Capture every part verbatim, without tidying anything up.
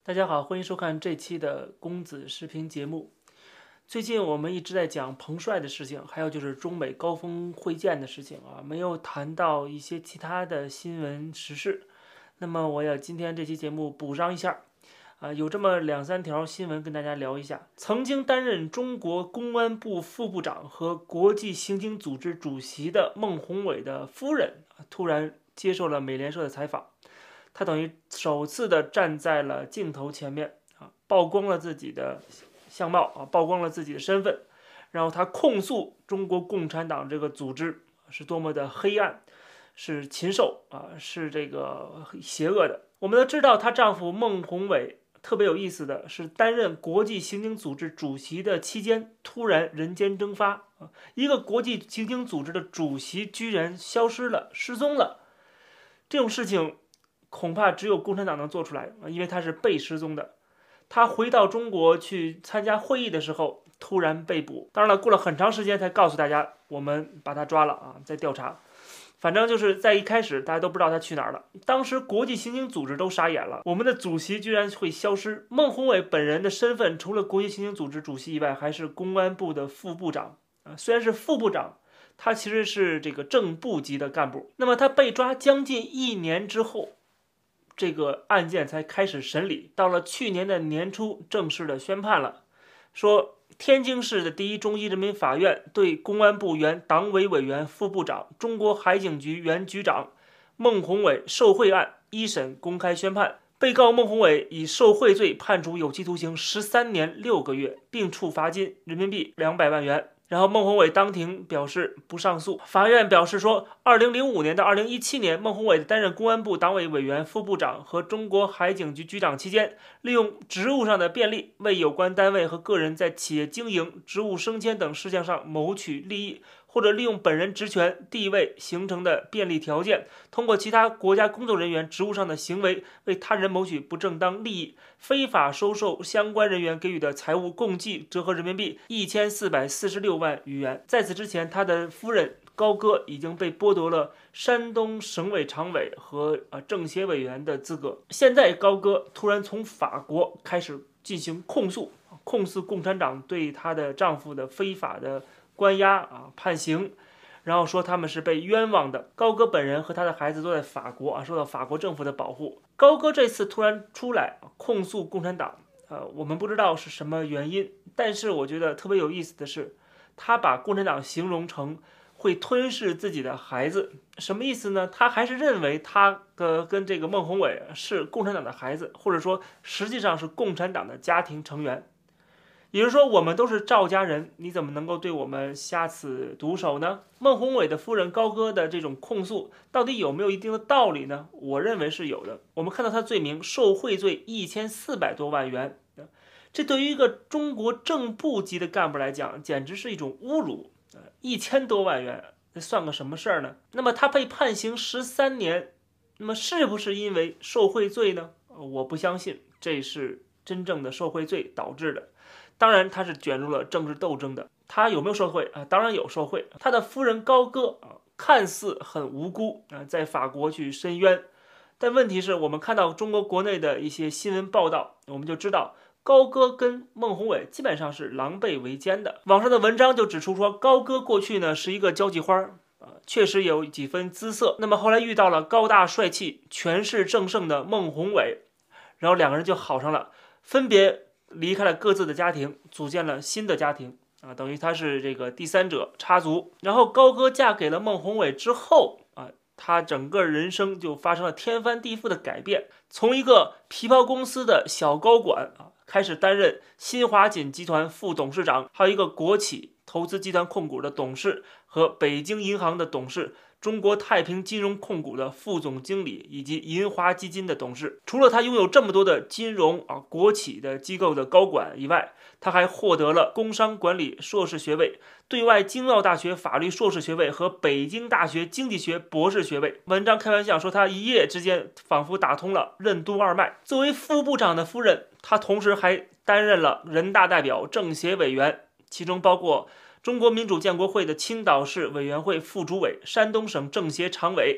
大家好，欢迎收看这期的公子视频节目。最近我们一直在讲彭帅的事情，还有就是中美高峰会见的事情啊，没有谈到一些其他的新闻时事。那么我要今天这期节目补上一下，啊，有这么两三条新闻跟大家聊一下。曾经担任中国公安部副部长和国际刑警组织主席的孟宏伟的夫人，突然接受了美联社的采访。他等于首次的站在了镜头前面啊，曝光了自己的相貌啊，曝光了自己的身份，然后他控诉中国共产党这个组织是多么的黑暗，是禽兽啊，是这个邪恶的。我们都知道，她丈夫孟宏伟特别有意思的是，担任国际刑警组织主席的期间，突然人间蒸发啊，一个国际刑警组织的主席居然消失了，失踪了，这种事情。恐怕只有共产党能做出来，因为他是被失踪的。他回到中国去参加会议的时候，突然被捕。当然了，过了很长时间才告诉大家，我们把他抓了啊，在调查。反正就是在一开始，大家都不知道他去哪儿了。当时国际刑警组织都傻眼了，我们的主席居然会消失。孟宏伟本人的身份，除了国际刑警组织主席以外，还是公安部的副部长啊。虽然是副部长，他其实是这个正部级的干部。那么他被抓将近一年之后，这个案件才开始审理，到了去年的年初正式的宣判了，说天津市的第一中级人民法院对公安部原党委委员、副部长、中国海警局原局长孟宏伟受贿案一审公开宣判，被告孟宏伟以受贿罪判处有期徒刑十三年六个月，并处罚金人民币两百万元。然后孟宏伟当庭表示不上诉。法院表示说，二零零五年到二零一七年，孟宏伟担任公安部党委委员、副部长和中国海警局局长期间，利用职务上的便利，为有关单位和个人在企业经营、职务升迁等事项上谋取利益，或者利用本人职权、地位形成的便利条件，通过其他国家工作人员职务上的行为，为他人谋取不正当利益，非法收受相关人员给予的财物共计折合人民币一千四百四十六万余元。在此之前，他的夫人高歌已经被剥夺了山东省委常委和呃政协委员的资格。现在高歌突然从法国开始进行控诉，控诉共产党对她的丈夫的非法的关押啊判刑，然后说他们是被冤枉的。高歌本人和他的孩子都在法国啊，受到法国政府的保护。高歌这次突然出来控诉共产党，呃，我们不知道是什么原因，但是我觉得特别有意思的是，他把共产党形容成会吞噬自己的孩子，什么意思呢？他还是认为他的跟这个孟宏伟是共产党的孩子，或者说实际上是共产党的家庭成员。也就是说，我们都是赵家人，你怎么能够对我们下此毒手呢？孟宏伟的夫人高歌的这种控诉，到底有没有一定的道理呢？我认为是有的。我们看到他罪名受贿罪一千四百多万元，这对于一个中国正部级的干部来讲，简直是一种侮辱。一千多万元，这算个什么事儿呢？那么他被判刑十三年，那么是不是因为受贿罪呢？我不相信这是真正的受贿罪导致的。当然，他是卷入了政治斗争的。他有没有受贿啊？当然有受贿。他的夫人高歌啊，看似很无辜啊，在法国去申冤，但问题是我们看到中国国内的一些新闻报道，我们就知道高歌跟孟宏伟基本上是狼狈为奸的。网上的文章就指出说，高歌过去呢是一个交际花啊，确实有几分姿色。那么后来遇到了高大帅气、权势正盛的孟宏伟，然后两个人就好上了，分别离开了各自的家庭，组建了新的家庭啊，等于他是这个第三者插足。然后高歌嫁给了孟宏伟之后啊，他整个人生就发生了天翻地覆的改变，从一个皮包公司的小高管啊，开始担任新华锦集团副董事长，还有一个国企投资集团控股的董事和北京银行的董事，中国太平金融控股的副总经理以及银华基金的董事。除了他拥有这么多的金融啊国企的机构的高管以外，他还获得了工商管理硕士学位、对外经贸大学法律硕士学位和北京大学经济学博士学位。文章开玩笑说，他一夜之间仿佛打通了任督二脉。作为副部长的夫人，他同时还担任了人大代表、政协委员，其中包括中国民主建国会的青岛市委员会副主委、山东省政协常委、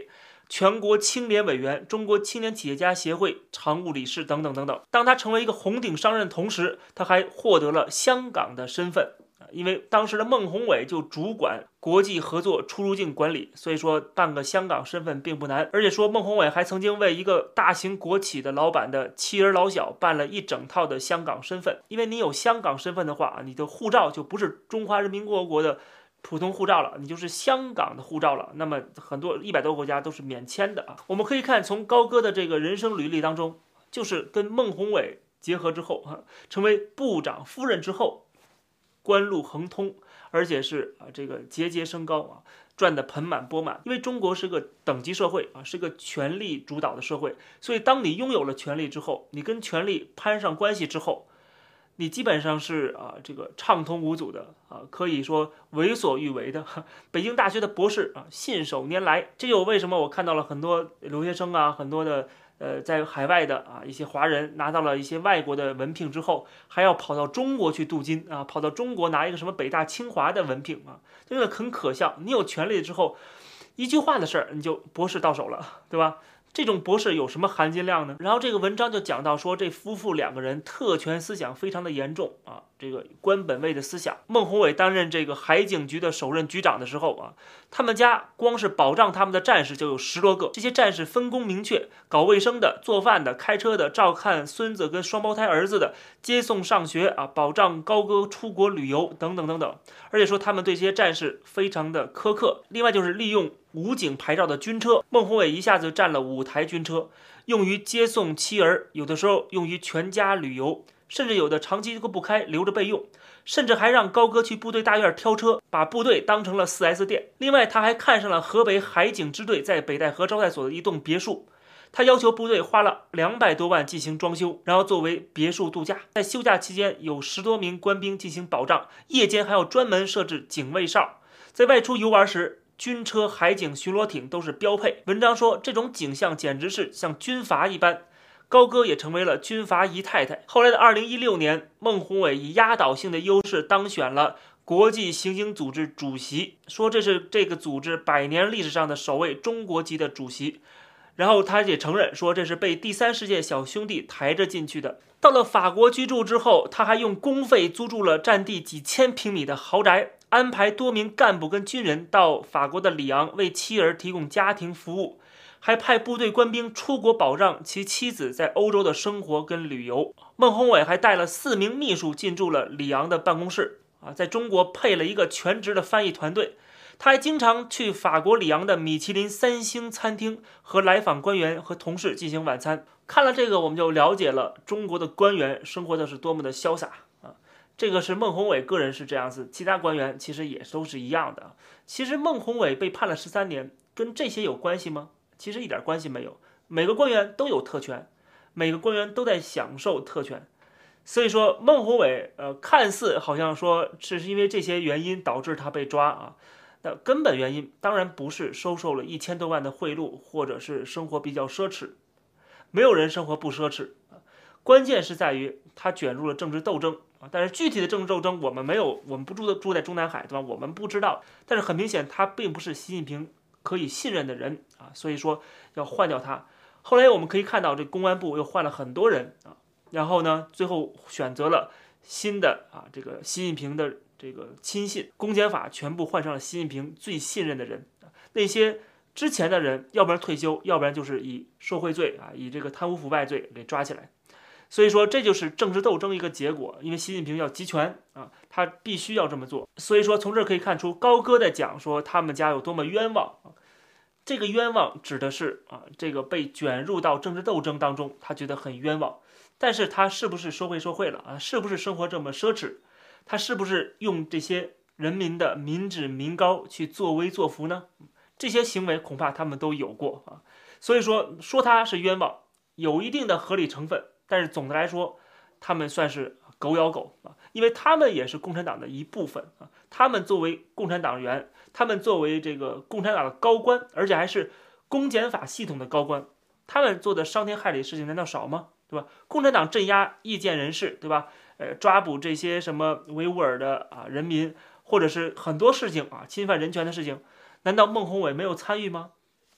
全国青联委员、中国青年企业家协会常务理事等等等等。当他成为一个红顶商人的同时，他还获得了香港的身份。因为当时的孟宏伟就主管国际合作出入境管理，所以说办个香港身份并不难。而且说孟宏伟还曾经为一个大型国企的老板的妻儿老小办了一整套的香港身份。因为你有香港身份的话，你的护照就不是中华人民共和国的普通护照了，你就是香港的护照了。那么很多一百多个国家都是免签的啊。我们可以看从高歌的这个人生履历当中，就是跟孟宏伟结合之后啊，成为部长夫人之后，官路亨通，而且是啊这个节节升高啊，赚得盆满钵满。因为中国是个等级社会啊，是个权力主导的社会，所以当你拥有了权力之后，你跟权力攀上关系之后，你基本上是啊这个畅通无阻的啊，可以说为所欲为的。北京大学的博士啊，信手拈来。这就为什么我看到了很多留学生啊，很多的。呃，在海外的啊一些华人拿到了一些外国的文凭之后，还要跑到中国去镀金啊，跑到中国拿一个什么北大清华的文凭啊，这个很可笑。你有权利之后，一句话的事儿你就博士到手了，对吧？这种博士有什么含金量呢？然后这个文章就讲到说，这夫妇两个人特权思想非常的严重啊，这个官本位的思想。孟宏伟担任这个海警局的首任局长的时候啊，他们家光是保障他们的战士就有十多个，这些战士分工明确，搞卫生的、做饭的、开车的、照看孙子跟双胞胎儿子的、接送上学啊，保障高歌出国旅游等等等等。而且说他们对这些战士非常的苛刻。另外就是利用武警牌照的军车，孟宏伟一下子占了五台军车，用于接送妻儿，有的时候用于全家旅游，甚至有的长期都不开，留着备用。甚至还让高歌去部队大院挑车，把部队当成了 四 S 店。另外他还看上了河北海警支队在北戴河招待所的一栋别墅，他要求部队花了两百多万进行装修，然后作为别墅度假。在休假期间有十多名官兵进行保障，夜间还要专门设置警卫哨。在外出游玩时，军车、海警、巡逻艇都是标配。文章说这种景象简直是像军阀一般，高歌也成为了军阀姨太太。后来的二零一六年，孟宏伟以压倒性的优势当选了国际刑警组织主席，说这是这个组织百年历史上的首位中国籍的主席。然后他也承认说这是被第三世界小兄弟抬着进去的。到了法国居住之后，他还用公费租住了占地几千平米的豪宅，安排多名干部跟军人到法国的里昂为妻儿提供家庭服务，还派部队官兵出国保障其妻子在欧洲的生活跟旅游。孟宏伟还带了四名秘书进驻了里昂的办公室啊，在中国配了一个全职的翻译团队。他还经常去法国里昂的米其林三星餐厅和来访官员和同事进行晚餐。看了这个，我们就了解了中国的官员生活的是多么的潇洒啊！这个是孟宏伟个人是这样子，其他官员其实也都是一样的。其实孟宏伟被判了十三年，跟这些有关系吗？其实一点关系没有。每个官员都有特权，每个官员都在享受特权。所以说孟宏伟呃，看似好像说是因为这些原因导致他被抓啊，那根本原因当然不是收受了一千多万的贿赂，或者是生活比较奢侈。没有人生活不奢侈，关键是在于他卷入了政治斗争啊。但是具体的政治斗争我们没有，我们不住的住在中南海，对吧？我们不知道。但是很明显，他并不是习近平可以信任的人啊，所以说要换掉他。后来我们可以看到，这公安部又换了很多人啊，然后呢，最后选择了新的啊这个习近平的这个亲信，公检法全部换上了习近平最信任的人，那些之前的人要不然退休，要不然就是以受贿罪啊，以这个贪污腐败罪给抓起来。所以说这就是政治斗争一个结果，因为习近平要集权啊，他必须要这么做。所以说从这可以看出，高歌在讲说他们家有多么冤枉啊。这个冤枉指的是啊，这个被卷入到政治斗争当中，他觉得很冤枉。但是他是不是收贿受贿了啊？是不是生活这么奢侈？他是不是用这些人民的民脂民膏去作威作福呢？这些行为恐怕他们都有过啊。所以说说他是冤枉，有一定的合理成分，但是总的来说，他们算是狗咬狗啊，因为他们也是共产党的一部分啊。他们作为共产党员，他们作为这个共产党的高官，而且还是公检法系统的高官，他们做的伤天害理的事情难道少吗？对吧？共产党镇压意见人士，对吧？呃，抓捕这些什么维吾尔的啊人民，或者是很多事情啊，侵犯人权的事情，难道孟宏伟没有参与吗？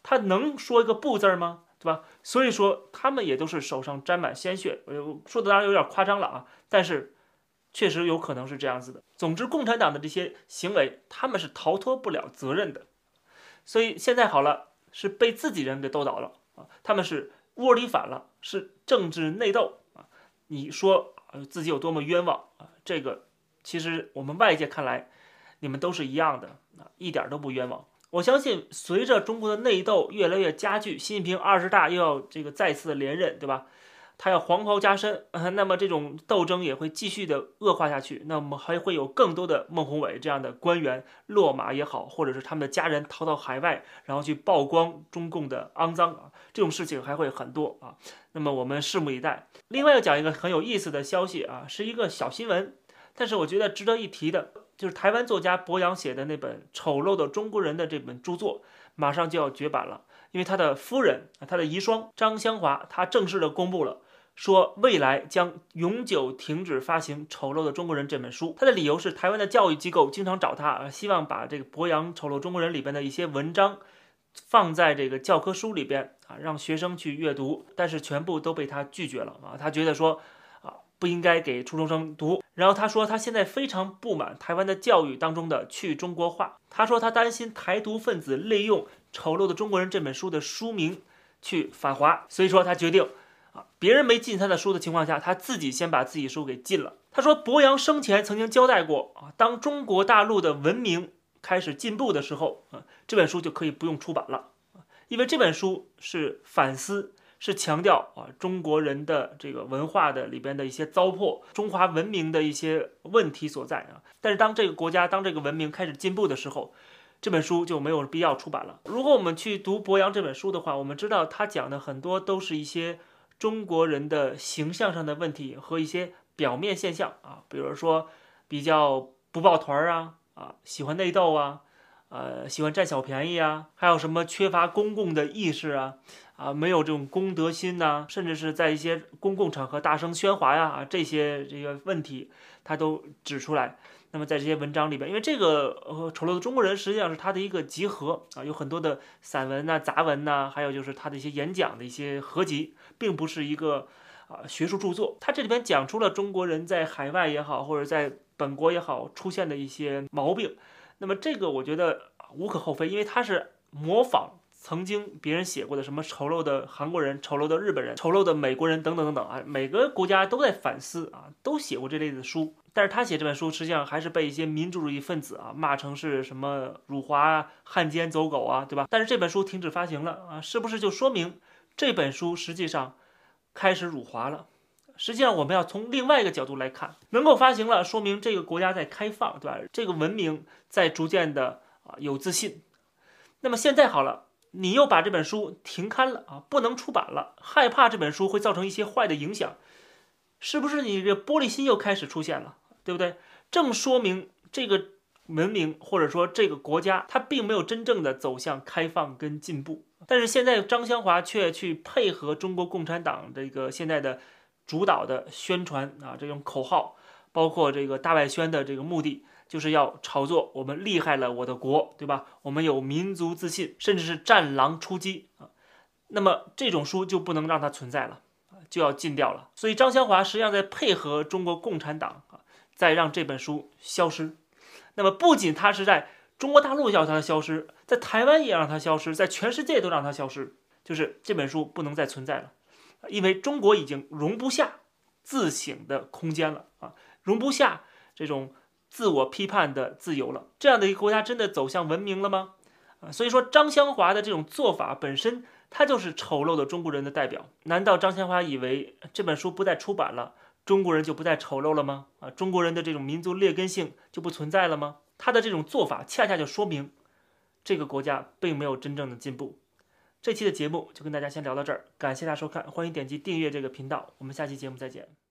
他能说一个不字吗？对吧？所以说他们也都是手上沾满鲜血，说的当然有点夸张了啊，但是确实有可能是这样子的。总之，共产党的这些行为，他们是逃脱不了责任的。所以现在好了，是被自己人给斗倒了啊，他们是窝里反了，是政治内斗啊。你说自己有多么冤枉啊？这个其实我们外界看来，你们都是一样的啊，一点都不冤枉。我相信，随着中国的内斗越来越加剧，习近平二十大又要这个再次连任，对吧？他要黄袍加身，呃，那么这种斗争也会继续的恶化下去。那么还会有更多的孟宏伟这样的官员落马也好，或者是他们的家人逃到海外，然后去曝光中共的肮脏啊，这种事情还会很多啊。那么我们拭目以待。另外要讲一个很有意思的消息啊，是一个小新闻，但是我觉得值得一提的，就是台湾作家博洋写的那本《丑陋的中国人》的这本著作，马上就要绝版了，因为他的夫人啊，他的遗孀张香华，他正式的公布了。说未来将永久停止发行《丑陋的中国人》这本书，他的理由是台湾的教育机构经常找他，希望把这个博洋《丑陋中国人》里边的一些文章放在这个教科书里边啊，让学生去阅读，但是全部都被他拒绝了啊，他觉得说啊不应该给初中生读。然后他说他现在非常不满台湾的教育当中的去中国化，他说他担心台独分子利用《丑陋的中国人》这本书的书名去反华，所以说他决定。啊，别人没禁他的书的情况下，他自己先把自己书给禁了。他说，博洋生前曾经交代过啊，当中国大陆的文明开始进步的时候啊，这本书就可以不用出版了，因为这本书是反思，是强调啊中国人的这个文化的里边的一些糟粕，中华文明的一些问题所在啊。但是当这个国家，当这个文明开始进步的时候，这本书就没有必要出版了。如果我们去读博洋这本书的话，我们知道他讲的很多都是一些中国人的形象上的问题和一些表面现象啊，比如说比较不抱团啊，啊喜欢内斗啊，呃喜欢占小便宜啊，还有什么缺乏公共的意识啊，啊没有这种公德心呐、啊，甚至是在一些公共场合大声喧哗呀啊这些这个问题，他都指出来。那么在这些文章里边，因为这个呃丑陋的中国人实际上是他的一个集合啊，有很多的散文呐、杂文呐，还有就是他的一些演讲的一些合集，并不是一个啊学术著作。他这里边讲出了中国人在海外也好，或者在本国也好出现的一些毛病。那么这个我觉得无可厚非，因为他是模仿曾经别人写过的什么丑陋的韩国人、丑陋的日本人、丑陋的美国人等等等等啊，每个国家都在反思啊，都写过这类的书。但是他写这本书，实际上还是被一些民主主义分子啊骂成是什么辱华啊、汉奸走狗啊，对吧？但是这本书停止发行了啊，是不是就说明这本书实际上开始辱华了？实际上我们要从另外一个角度来看，能够发行了，说明这个国家在开放，对吧？这个文明在逐渐的啊有自信。那么现在好了，你又把这本书停刊了啊，不能出版了，害怕这本书会造成一些坏的影响，是不是你这玻璃心又开始出现了？对不对？正说明这个文明或者说这个国家，它并没有真正的走向开放跟进步。但是现在张香华却去配合中国共产党这个现在的主导的宣传啊，这种口号，包括这个大外宣的这个目的，就是要炒作我们厉害了我的国，对吧？我们有民族自信，甚至是战狼出击啊。那么这种书就不能让它存在了，就要禁掉了。所以张香华实际上在配合中国共产党啊。再让这本书消失，那么不仅它是在中国大陆要它消失，在台湾也让它消失，在全世界都让它消失，就是这本书不能再存在了，因为中国已经容不下自省的空间了啊，容不下这种自我批判的自由了。这样的一个国家真的走向文明了吗？啊，所以说张香华的这种做法本身，他就是丑陋的中国人的代表。难道张香华以为这本书不再出版了，中国人就不再丑陋了吗？啊，中国人的这种民族劣根性就不存在了吗？他的这种做法恰恰就说明这个国家并没有真正的进步。这期的节目就跟大家先聊到这儿，感谢大家收看，欢迎点击订阅这个频道，我们下期节目再见。